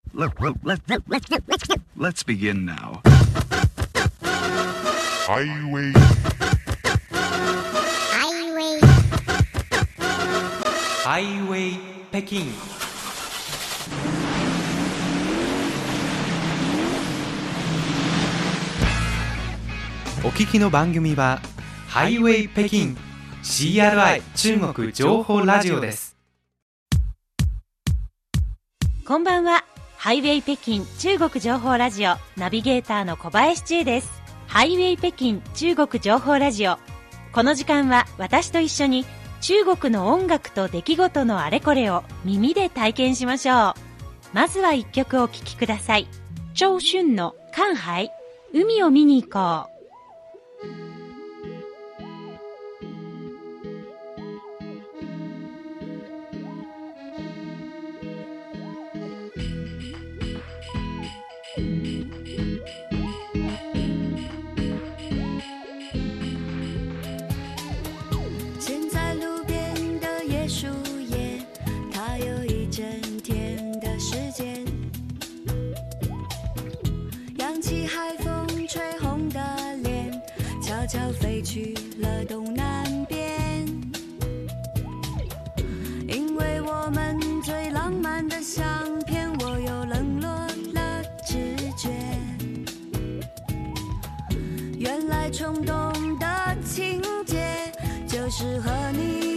Let's begin now. Highway 北京。お聞きの番組はハイウェイ北京 CRI 中国情報ラジオです。 こんばんは。ハイウェイ北京中国情報ラジオナビゲーターの小林千恵です。ハイウェイ北京中国情報ラジオ、この時間は私と一緒に中国の音楽と出来事のあれこれを耳で体験しましょう。まずは一曲お聴きください。周迅の看海、海を見に行こう。 悄飞去了东南边，因为我们最浪漫的相片，我又冷落了直觉。原来冲动的情节就是和你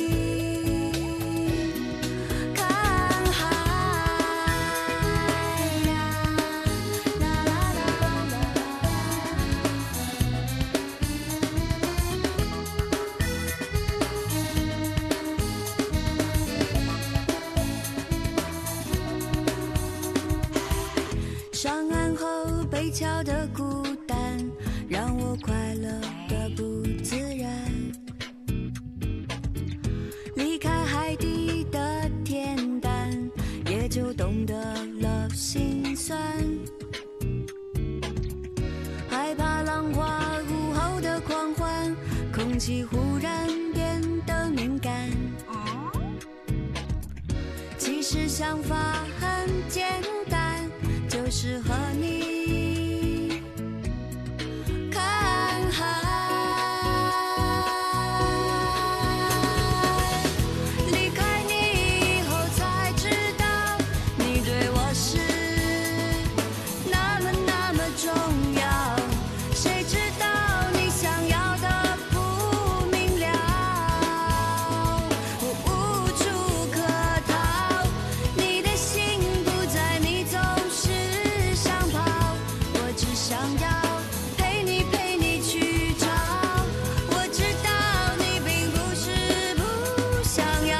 上岸后北桥的孤单让我快乐的不自然，离开海底的恬淡也就懂得了心酸，害怕浪花午后的狂欢，空气忽然变得敏感，其实想法很简单，就是和你看海。离开你以后才知道，你对我是那么那么重要，谁知道你想要的不明了，我无处可逃，你的心不在，你总是想跑，我只想要陪你陪你去找，我知道你并不是不想要，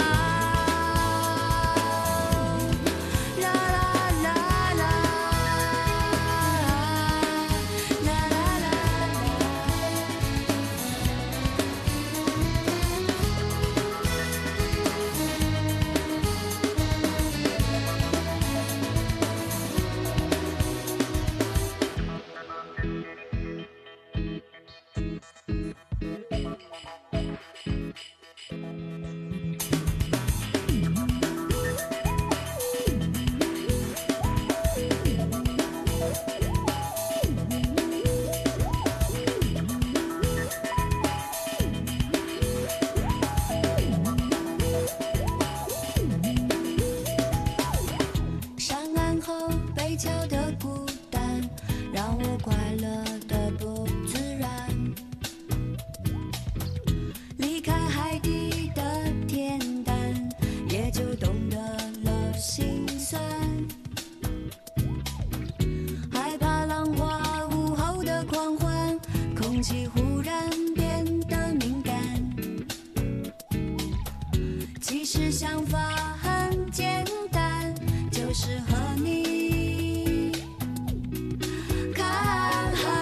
啦啦啦啦，啦啦啦上岸后北桥的孤单让我快乐的不自然，离开海底的恬淡也就懂得了心酸，害怕浪花午后的狂欢，空气忽然变得敏感，其实想法很简单，就是和你看海。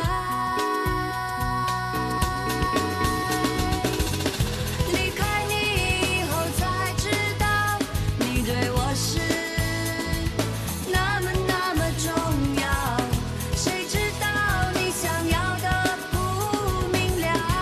离开你以后才知道，你对我是那么那么重要，谁知道你想要的不明了，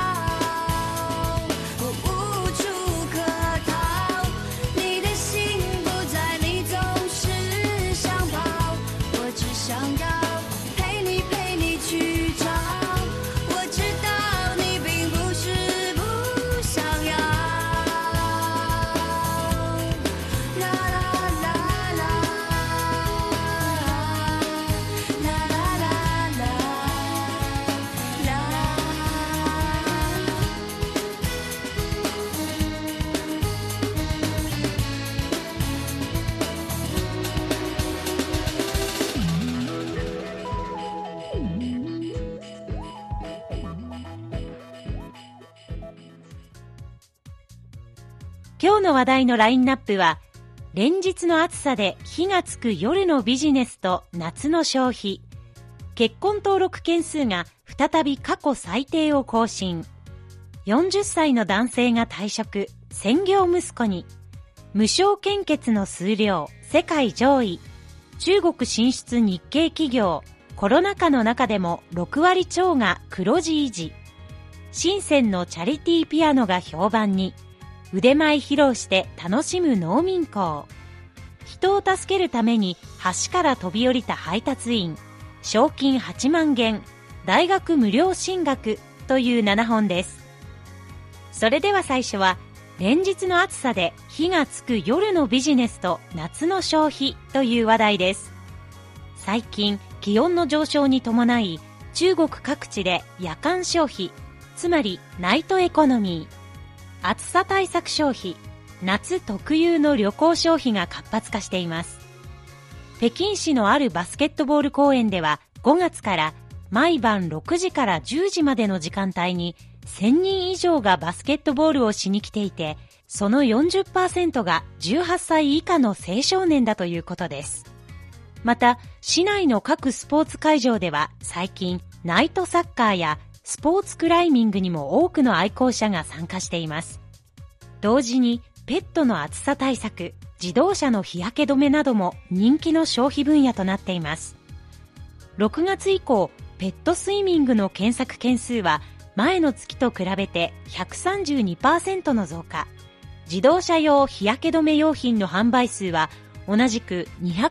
今日の話題のラインナップは、連日の暑さで火がつく夜のビジネスと夏の消費、結婚登録件数が再び過去最低を更新、40歳の男性が退職、専業息子に、無償献血の数量世界上位、中国進出日系企業、コロナ禍の中でも6割超が黒字維持、深センのチャリティーピアノが評判に、腕前披露して楽しむ農民工、人を助けるために橋から飛び降りた配達員、賞金8万元、大学無料進学という7本です。それでは最初は、連日の暑さで火がつく夜のビジネスと夏の消費という話題です。最近、気温の上昇に伴い、中国各地で夜間消費、つまりナイトエコノミー、暑さ対策消費、夏特有の旅行消費が活発化しています。北京市のあるバスケットボール公園では5月から毎晩6時から10時までの時間帯に1000人以上がバスケットボールをしに来ていて、その 40% が18歳以下の青少年だということです。また、市内の各スポーツ会場では最近ナイトサッカーやスポーツクライミングにも多くの愛好者が参加しています。同時にペットの暑さ対策、自動車の日焼け止めなども人気の消費分野となっています。6月以降、ペットスイミングの検索件数は前の月と比べて 132% の増加。自動車用日焼け止め用品の販売数は同じく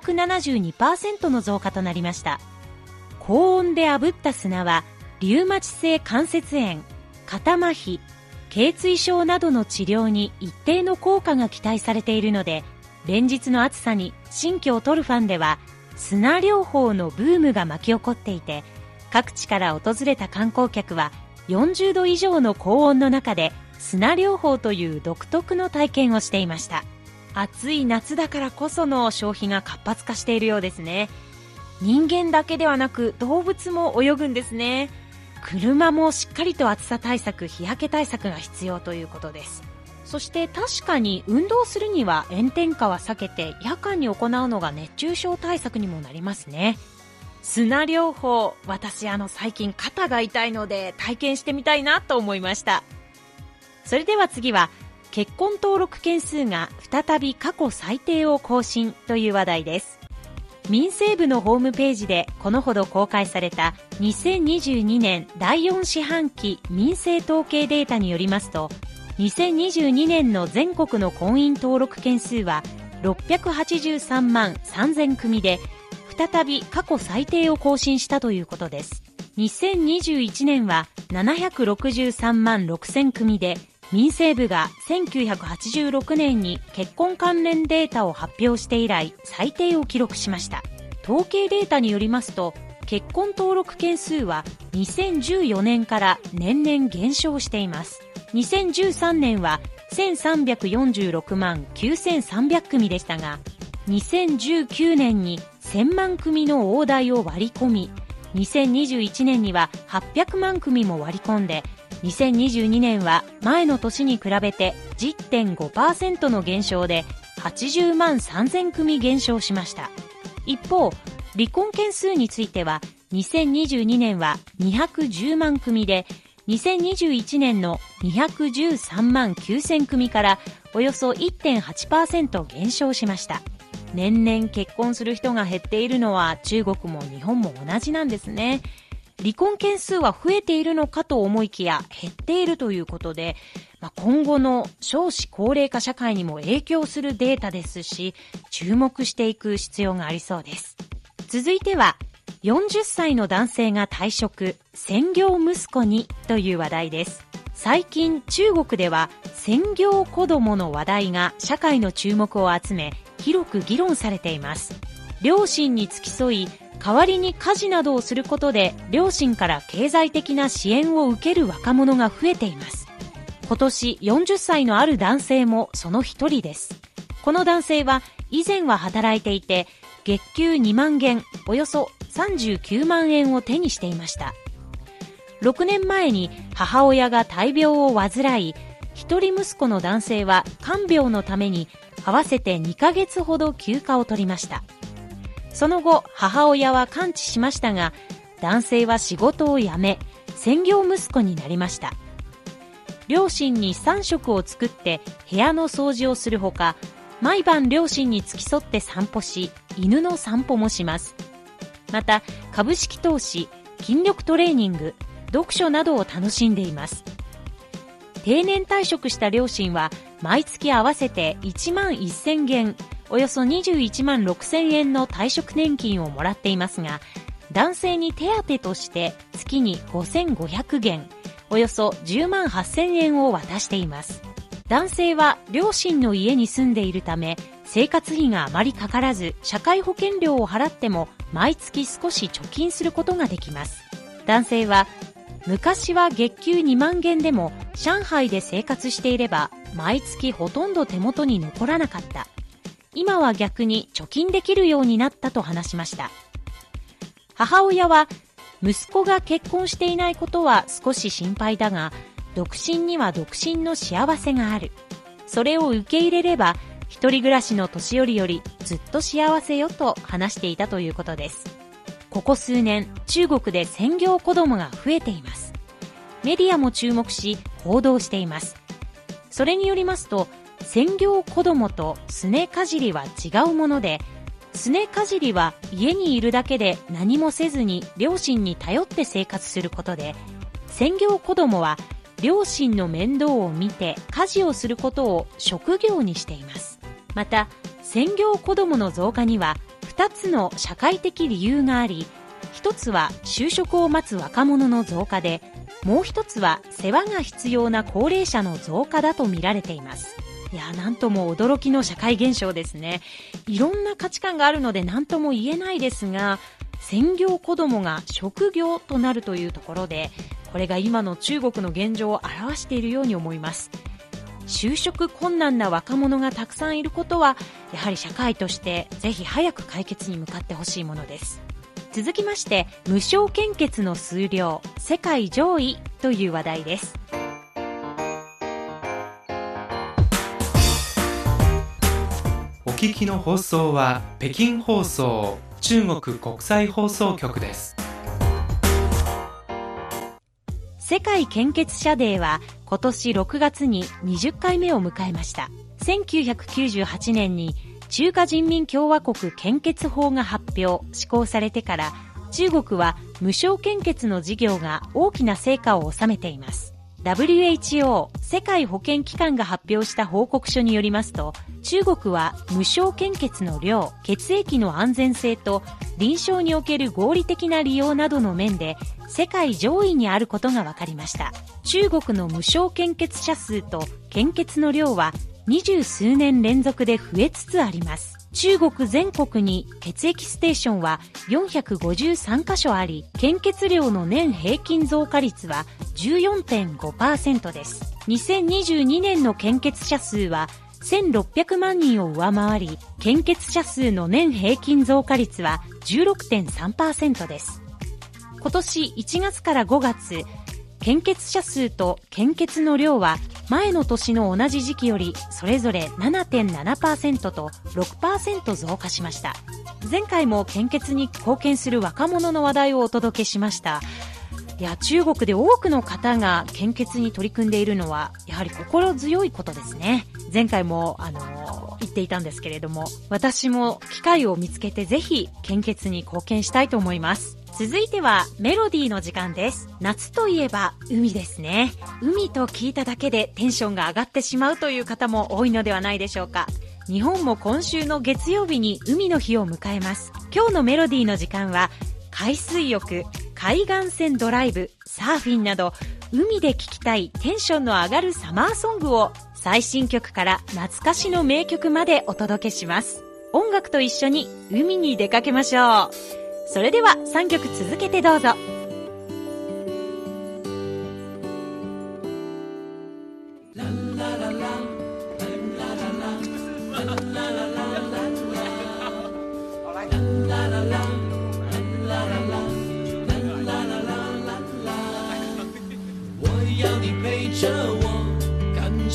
272% の増加となりました。高温で炙った砂はリウマチ性関節炎、肩麻痺、頚椎症などの治療に一定の効果が期待されているので、連日の暑さに新居を取るファンでは砂療法のブームが巻き起こっていて、各地から訪れた観光客は40度以上の高温の中で砂療法という独特の体験をしていました。暑い夏だからこその消費が活発化しているようですね。人間だけではなく動物も泳ぐんですね。車もしっかりと暑さ対策、日焼け対策が必要ということです。そして確かに運動するには炎天下は避けて夜間に行うのが熱中症対策にもなりますね。砂療法、私最近肩が痛いので体験してみたいなと思いました。それでは次は、結婚登録件数が再び過去最低を更新という話題です。民政部のホームページでこのほど公開された2022年第4四半期民政統計データによりますと、2022年の全国の婚姻登録件数は683万3000組で、再び過去最低を更新したということです。2021年は763万6000組で、民政部が1986年に結婚関連データを発表して以来最低を記録しました。統計データによりますと、結婚登録件数は2014年から年々減少しています。2013年は1346万9300組でしたが、2019年に1000万組の大台を割り込み、2021年には800万組も割り込んで、2022年は前の年に比べて 10.5% の減少で80万3000組減少しました。一方、離婚件数については2022年は210万組で、2021年の213万9000組からおよそ 1.8% 減少しました。年々結婚する人が減っているのは中国も日本も同じなんですね。離婚件数は増えているのかと思いきや減っているということで、今後の少子高齢化社会にも影響するデータですし、注目していく必要がありそうです。続いては、40歳の男性が退職、専業息子にという話題です。最近中国では専業子供の話題が社会の注目を集め、広く議論されています。両親に付き添い、代わりに家事などをすることで両親から経済的な支援を受ける若者が増えています。今年40歳のある男性もその一人です。この男性は以前は働いていて、月給2万元、およそ39万円を手にしていました。6年前に母親が大病を患い、 一人息子の男性は看病のために合わせて2ヶ月ほど休暇を取りました。その後、母親は完治しましたが、男性は仕事を辞め、専業息子になりました。両親に3食を作って部屋の掃除をするほか、毎晩両親に付き添って散歩し、犬の散歩もします。また、株式投資、筋力トレーニング、読書などを楽しんでいます。定年退職した両親は毎月合わせて1万1000元、およそ21万6000円の退職年金をもらっていますが、男性に手当として月に5500元、およそ10万8000円を渡しています。男性は両親の家に住んでいるため、生活費があまりかからず、社会保険料を払っても毎月少し貯金することができます。男性は、昔は月給2万元でも上海で生活していれば毎月ほとんど手元に残らなかった。今は逆に貯金できるようになったと話しました。母親は、息子が結婚していないことは少し心配だが、独身には独身の幸せがある。それを受け入れれば、一人暮らしの年寄りよりずっと幸せよと話していたということです。ここ数年、中国で専業子供が増えています。メディアも注目し、報道しています。それによりますと、専業子供とすねかじりは違うもので、すねかじりは家にいるだけで何もせずに両親に頼って生活することで、専業子供は両親の面倒を見て家事をすることを職業にしています。また、専業子供の増加には2つの社会的理由があり、1つは就職を待つ若者の増加で、もう1つは世話が必要な高齢者の増加だと見られています。いや、なんとも驚きの社会現象ですね。いろんな価値観があるので何とも言えないですが、専業子供が職業となるというところで、これが今の中国の現状を表しているように思います。就職困難な若者がたくさんいることは、やはり社会としてぜひ早く解決に向かってほしいものです。続きまして、無償献血の数量世界上位という話題です。 お聞きの放送は北京放送中国国際放送局です。 世界献血者デーは今年6月に20回目を迎えました。1998年に中華人民共和国献血法が発表・施行されてから、中国は無償献血の事業が大きな成果を収めています。WHO 世界保健機関が発表した報告書によりますと、中国は無償献血の量、血液の安全性と臨床における合理的な利用などの面で世界上位にあることが分かりました。中国の無償献血者数と献血の量は20数年連続で増えつつあります。中国全国に血液ステーションは453カ所あり、献血量の年平均増加率は 14.5% です。2022年の献血者数は1600万人を上回り、献血者数の年平均増加率は 16.3% です。今年1月から5月、献血者数と献血の量は前の年の同じ時期よりそれぞれ 7.7% と 6% 増加しました。前回も献血に貢献する若者の話題をお届けしました。いや、中国で多くの方が献血に取り組んでいるのはやはり心強いことですね。前回も言っていたんですけれども、私も機会を見つけてぜひ献血に貢献したいと思います。続いてはメロディーの時間です。夏といえば海ですね。海と聞いただけでテンションが上がってしまうという方も多いのではないでしょうか。日本も今週の月曜日に海の日を迎えます。今日のメロディーの時間は海水浴、海岸線ドライブ、サーフィンなど海で聴きたいテンションの上がるサマーソングを最新曲から懐かしの名曲までお届けします。音楽と一緒に海に出かけましょう。それでは3曲続けてどうぞ。 我要你陪着我，看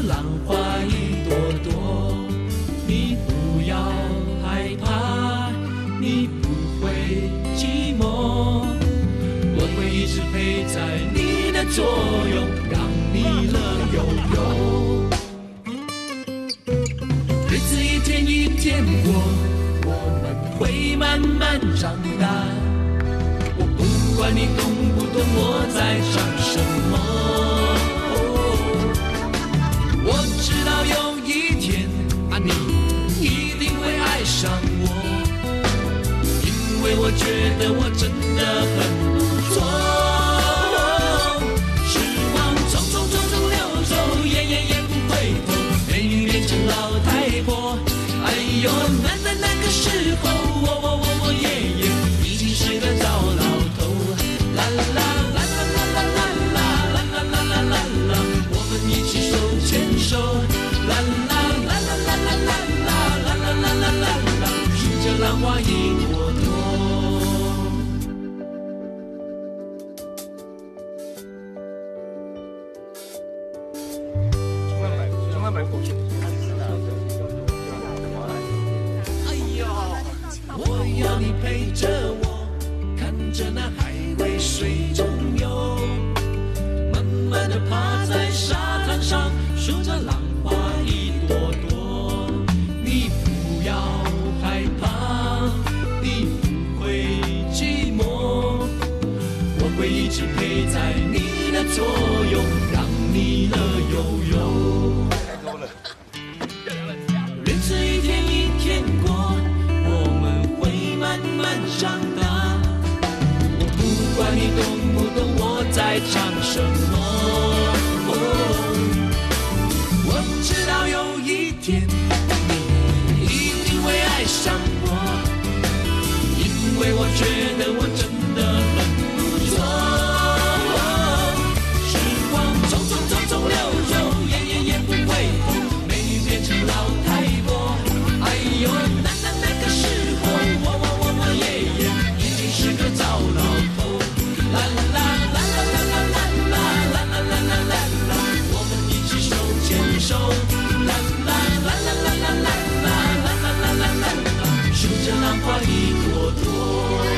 浪花一朵朵，你不要害怕，你不会寂寞，我会一直陪在你的左右，让你乐悠悠。日子一天一天过，我们会慢慢长大，我不管你懂不懂我在唱什么，我知道有一天啊，你一定会爱上我，因为我觉得我真的很不错。时光匆匆匆匆流走，也不回头，美女变成老太婆。哎呦，那个时候，我爷爷已经是个糟老头。啦啦啦啦啦啦啦啦啦啦啦啦啦，我们一起手牵手。啦啦啦啦啦啦啦啦啦啦啦啦啦，数着浪花一朵朵。我要你陪着我，看着那海龟水中游，慢慢地趴在沙滩上，数着浪花一朵朵。你不要害怕，你不会寂寞，我会一直陪在你的左右，让你乐悠悠。日子一天一天过，我们会慢慢长大，我不管你懂不懂我在唱什么，我知道有一天你一定会爱上我，因为我觉得我真的很不错。时光匆匆匆匆流走，也不回头，美女变成老太婆。哎呦，那个时候，我爷爷已经是个糟老头。啦啦啦啦啦啦啦啦啦啦啦啦啦，我们一起手牵手。啦啦啦啦啦啦啦啦啦啦啦啦啦，数着浪花一朵朵。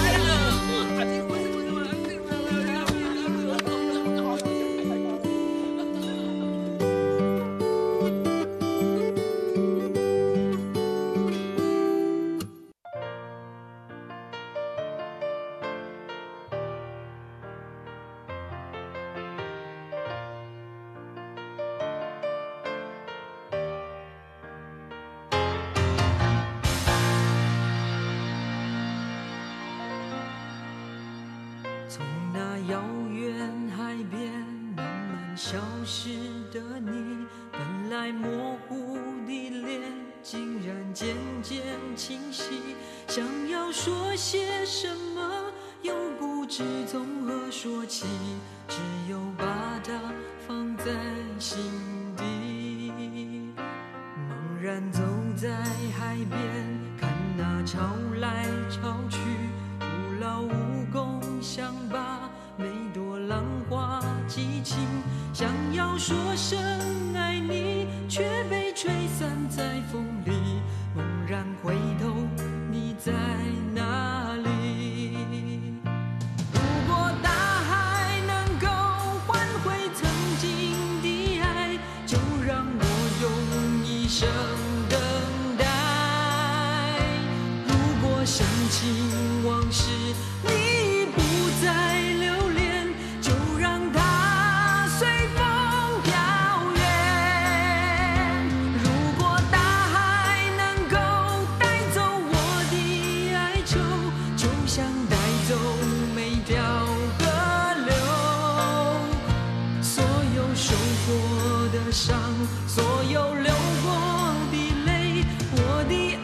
从那遥远海边慢慢消失的你，本来模糊的脸竟然渐渐清晰，想要说些什么又不知从何说起，只有把它放在心底。茫然走在海边，看那潮来潮去，徒劳无功，想把每朵浪花记清，想要说声爱你，却被吹散在风里。猛然回头，你在哪里？如果大海能够换回曾经的爱，就让我用一生等待。如果深情往事你不再留恋，就让它随风飘远。如果大海能够带走我的哀愁，就像带走每条河流。所有受过的伤，所有流过的泪，我的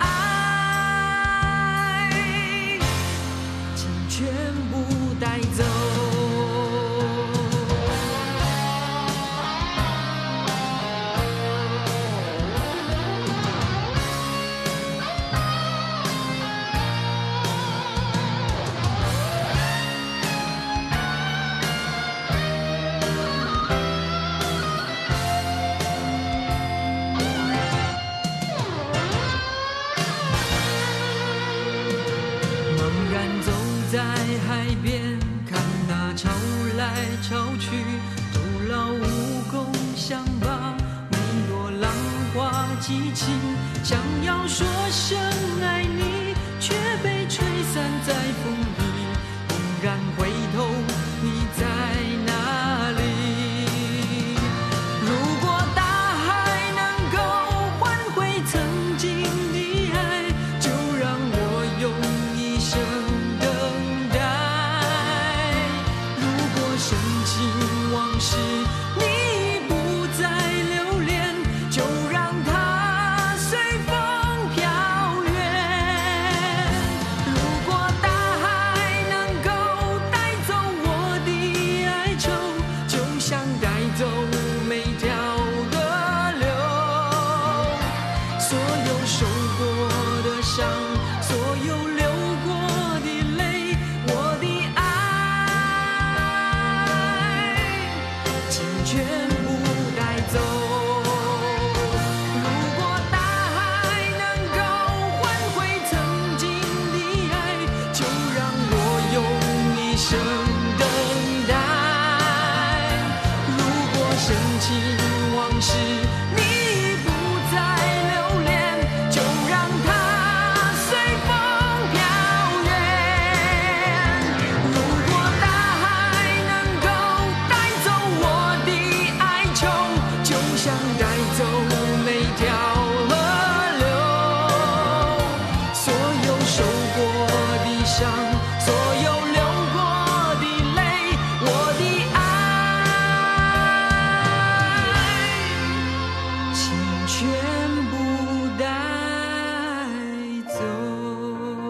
爱请全部带走。 在海边看那潮来潮去，徒劳无功想把每朵浪花记清，想要说声爱你，却被吹散在风里，不敢回头，你在哪里？如果大海能够换回曾经的爱，就让我用一生等待。如果深情往事你不再留恋，就让它随风飘远。如果大海能够带走我的哀愁，就像带走每条河流。所有受过的伤，所有流过的泪，我的爱，请全部带走。如果大海能够换回曾经的爱，就让我用一生等待。如果深情往事你不再留恋，就让它随风飘远。如果大海能够带走我的哀愁，就像带走每条河流。所有受过的伤，所有流过的泪，我的爱，请全部带走。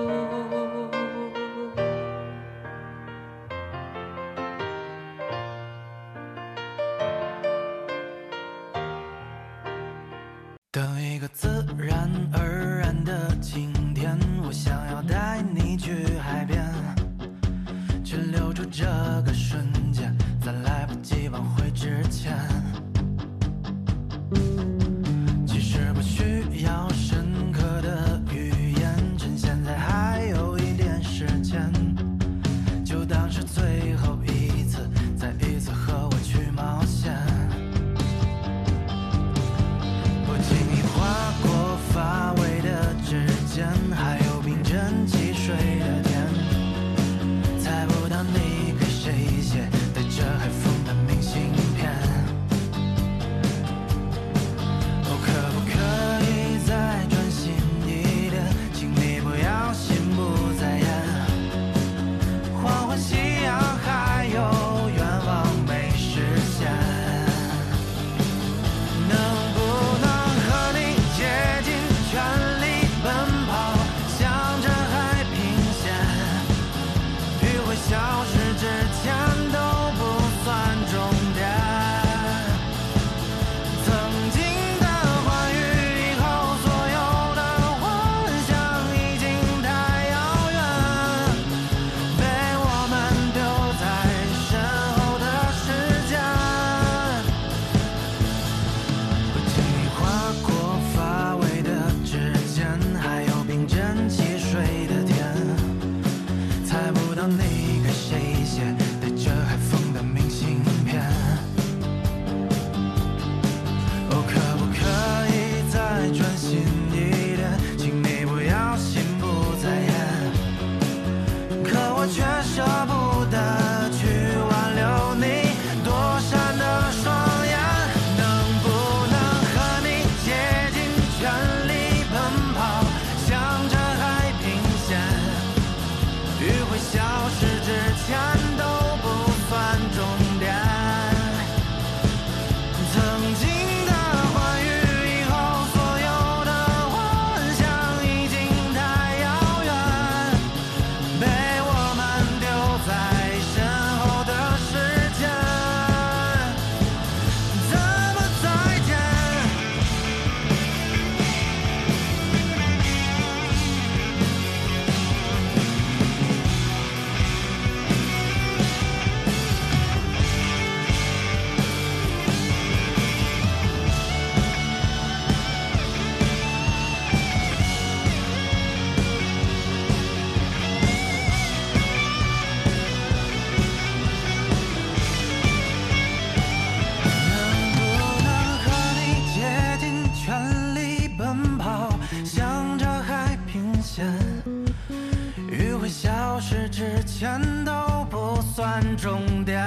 等一个自然而然的晴天，我想要带你去海边，去留住这个瞬间，在来不及挽回之前。其实不需要深刻的语言，趁现在还有一点时间，就当是最后一次，再一次和我去冒险。不经意划过发尾的指尖，还有冰镇汽水的甜，猜不到你给谁写带着海风的明信片。 失之前都不算终点。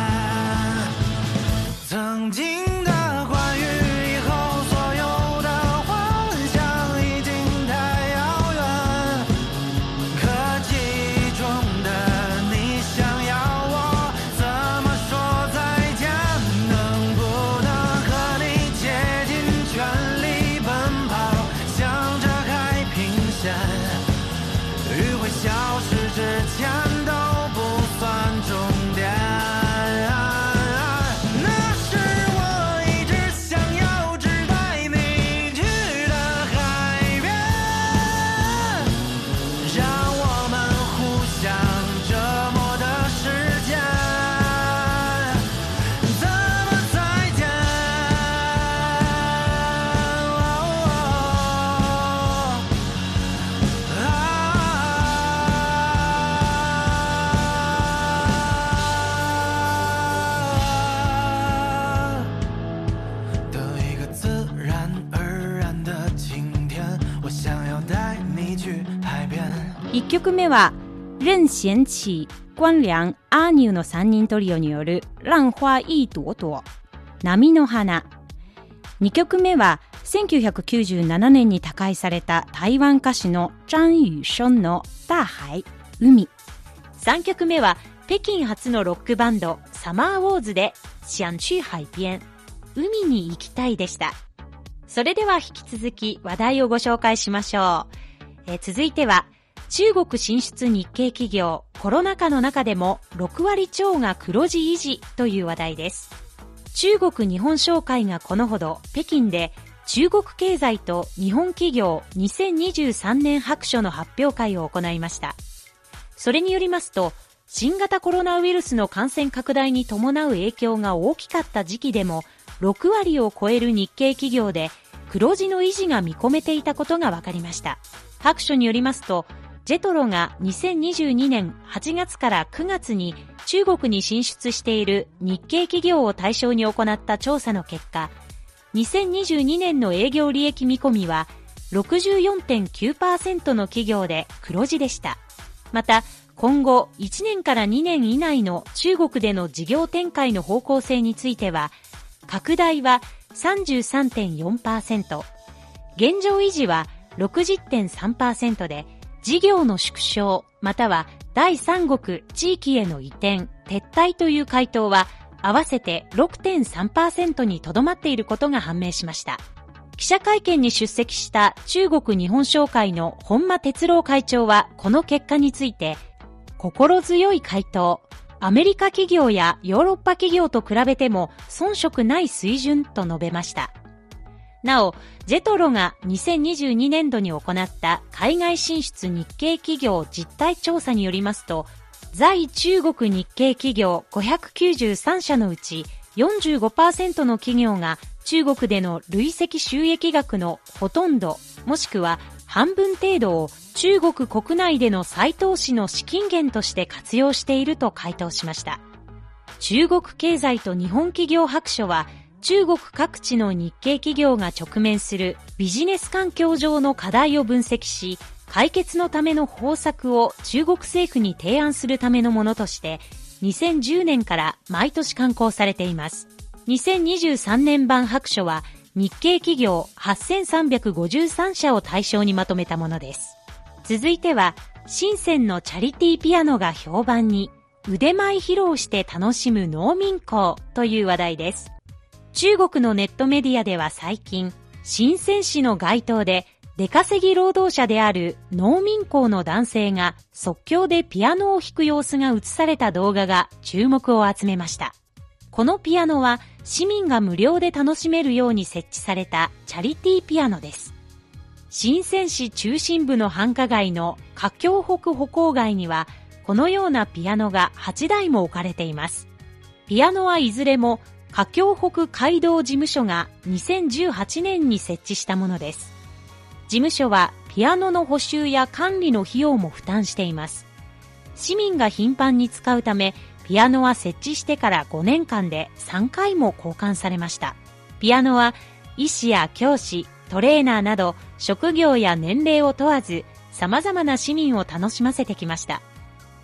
曾经的关于以后所有的幻想已经太遥远，可记忆中的你想要我怎么说再见？能不能和你竭尽全力奔跑，向着海平线，余晖消失之前都不算终点。 1曲目は任贤齊、光良、アーニュの3人トリオによる浪花一朵朵、波の花。2曲目は1997年に他界された台湾歌手の張雨生の大海、海。3曲目は北京発のロックバンドサマーウォーズで想去海邊、海に行きたいでした。それでは引き続き話題をご紹介しましょう。続いては中国進出日系企業、コロナ禍の中でも6割超が黒字維持という話題です。中国日本商会がこのほど北京で中国経済と日本企業2023年白書の発表会を行いました。それによりますと、新型コロナウイルスの感染拡大に伴う影響が大きかった時期でも6割を超える日系企業で黒字の維持が見込めていたことが分かりました。白書によりますと、ジェトロが2022年8月から9月に中国に進出している日系企業を対象に行った調査の結果、2022年の営業利益見込みは 64.9% の企業で黒字でした。また、今後1年から2年以内の中国での事業展開の方向性については、拡大は 33.4%、現状維持は 60.3% で、事業の縮小または第三国地域への移転、撤退という回答は合わせて 6.3% にとどまっていることが判明しました。記者会見に出席した中国日本商会の本間哲郎会長はこの結果について、心強い回答、アメリカ企業やヨーロッパ企業と比べても遜色ない水準と述べました。なお、ジェトロが2022年度に行った海外進出日系企業実態調査によりますと、在中国日系企業593社のうち 45% の企業が中国での累積収益額のほとんどもしくは半分程度を中国国内での再投資の資金源として活用していると回答しました。中国経済と日本企業白書は、中国各地の日系企業が直面するビジネス環境上の課題を分析し、解決のための方策を中国政府に提案するためのものとして、2010年から毎年刊行されています。2023年版白書は、日系企業8353社を対象にまとめたものです。続いては、深センのチャリティーピアノが評判に、腕前披露して楽しむ農民工という話題です。中国のネットメディアでは最近、深セン市の街頭で出稼ぎ労働者である農民工の男性が即興でピアノを弾く様子が映された動画が注目を集めました。このピアノは市民が無料で楽しめるように設置されたチャリティーピアノです。深セン市中心部の繁華街の華僑北歩行街にはこのようなピアノが8台も置かれています。ピアノはいずれも華僑北街道事務所が2018年に設置したものです。事務所はピアノの補修や管理の費用も負担しています。市民が頻繁に使うため、ピアノは設置してから5年間で3回も交換されました。ピアノは医師や教師、トレーナーなど職業や年齢を問わず様々な市民を楽しませてきました。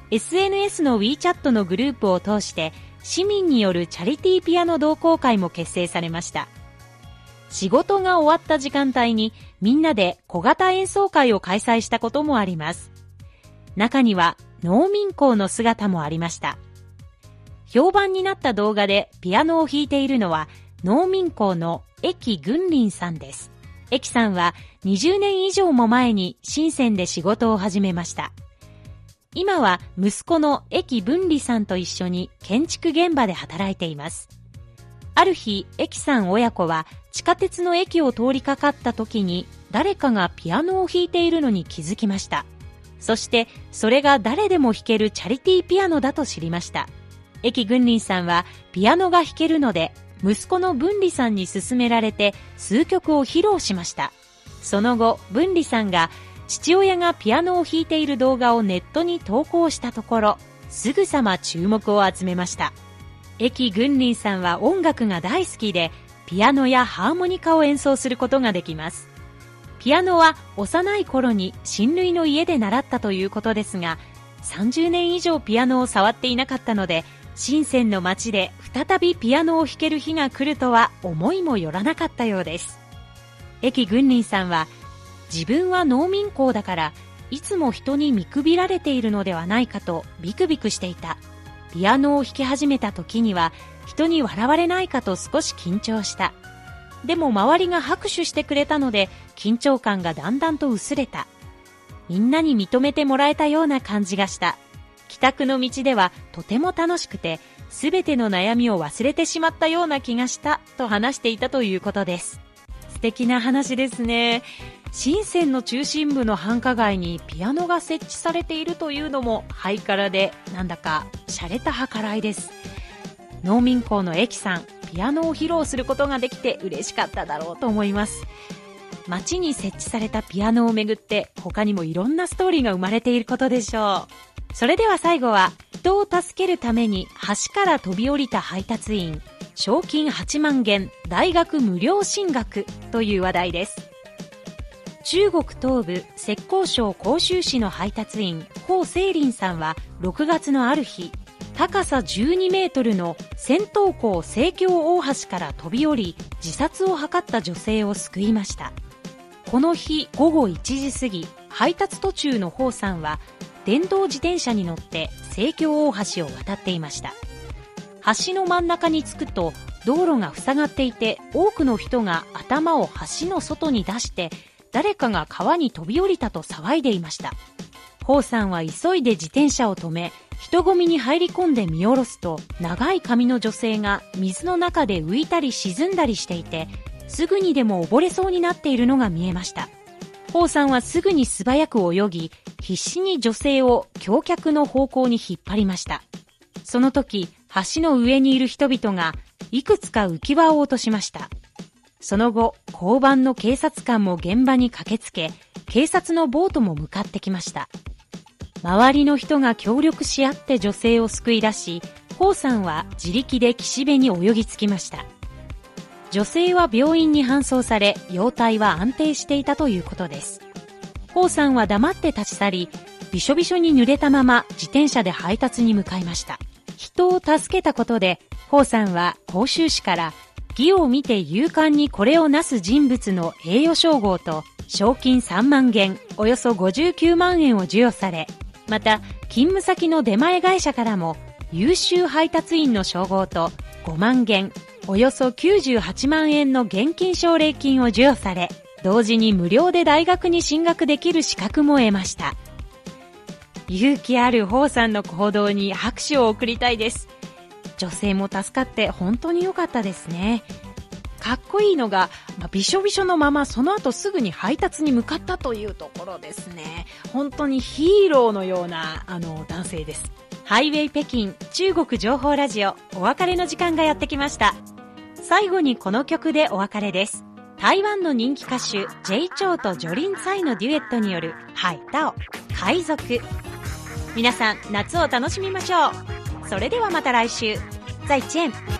SNS の WeChat のグループを通して市民によるチャリティーピアノ同好会も結成されました。仕事が終わった時間帯にみんなで小型演奏会を開催したこともあります。中には農民工の姿もありました。評判になった動画でピアノを弾いているのは農民工の駅軍林さんです。駅さんは20年以上も前に深センで仕事を始めました。今は息子の駅文理さんと一緒に建築現場で働いています。ある日、駅さん親子は地下鉄の駅を通りかかった時に誰かがピアノを弾いているのに気づきました。そしてそれが誰でも弾けるチャリティーピアノだと知りました。駅軍林さんはピアノが弾けるので息子の文理さんに勧められて数曲を披露しました。その後、文理さんが父親がピアノを弾いている動画をネットに投稿したところ、すぐさま注目を集めました。駅軍林さんは音楽が大好きで、ピアノやハーモニカを演奏することができます。ピアノは幼い頃に親類の家で習ったということですが、30年以上ピアノを触っていなかったので、深センの街で再びピアノを弾ける日が来るとは思いもよらなかったようです。駅軍林さんは、自分は農民工だからいつも人に見くびられているのではないかとビクビクしていた。ピアノを弾き始めた時には人に笑われないかと少し緊張した。でも周りが拍手してくれたので緊張感がだんだんと薄れた。みんなに認めてもらえたような感じがした。帰宅の道ではとても楽しくて、すべての悩みを忘れてしまったような気がしたと話していたということです。素敵な話ですね。深センの中心部の繁華街にピアノが設置されているというのもハイカラで、なんだか洒落た計らいです。農民工の駅さん、ピアノを披露することができて嬉しかっただろうと思います。街に設置されたピアノをめぐって他にもいろんなストーリーが生まれていることでしょう。それでは最後は、人を助けるために橋から飛び降りた配達員、賞金8万元、大学無料進学という話題です。中国東部浙江省杭州市の配達員、彭清林さんは6月のある日、高さ12メートルの銭湯港西京大橋から飛び降り、自殺を図った女性を救いました。この日午後1時過ぎ、配達途中の彭さんは電動自転車に乗って西京大橋を渡っていました。橋の真ん中に着くと道路が塞がっていて、多くの人が頭を橋の外に出して誰かが川に飛び降りたと騒いでいました。彭さんは急いで自転車を止め、人混みに入り込んで見下ろすと、長い髪の女性が水の中で浮いたり沈んだりしていて、すぐにでも溺れそうになっているのが見えました。彭さんはすぐに素早く泳ぎ、必死に女性を橋脚の方向に引っ張りました。その時、橋の上にいる人々がいくつか浮き輪を落としました。その後、交番の警察官も現場に駆けつけ、警察のボートも向かってきました。周りの人が協力し合って女性を救い出し、彭さんは自力で岸辺に泳ぎ着きました。女性は病院に搬送され、容体は安定していたということです。彭さんは黙って立ち去り、びしょびしょに濡れたまま自転車で配達に向かいました。人を助けたことで、彭さんは杭州市から義を見て勇敢にこれをなす人物の栄誉称号と賞金3万元、およそ59万円を授与され、また勤務先の出前会社からも優秀配達員の称号と5万元、およそ98万円の現金奨励金を授与され、同時に無料で大学に進学できる資格も得ました。勇気ある彭さんの行動に拍手を送りたいです。女性も助かって本当に良かったですね。かっこいいのが、びしょびしょのままその後すぐに配達に向かったというところですね。本当にヒーローのような男性です。ハイウェイ北京中国情報ラジオ、お別れの時間がやってきました。最後にこの曲でお別れです。台湾の人気歌手 J チョウとジョリンツァイのデュエットによるハイタオ海賊。皆さん夏を楽しみましょう。それではまた来週。再见。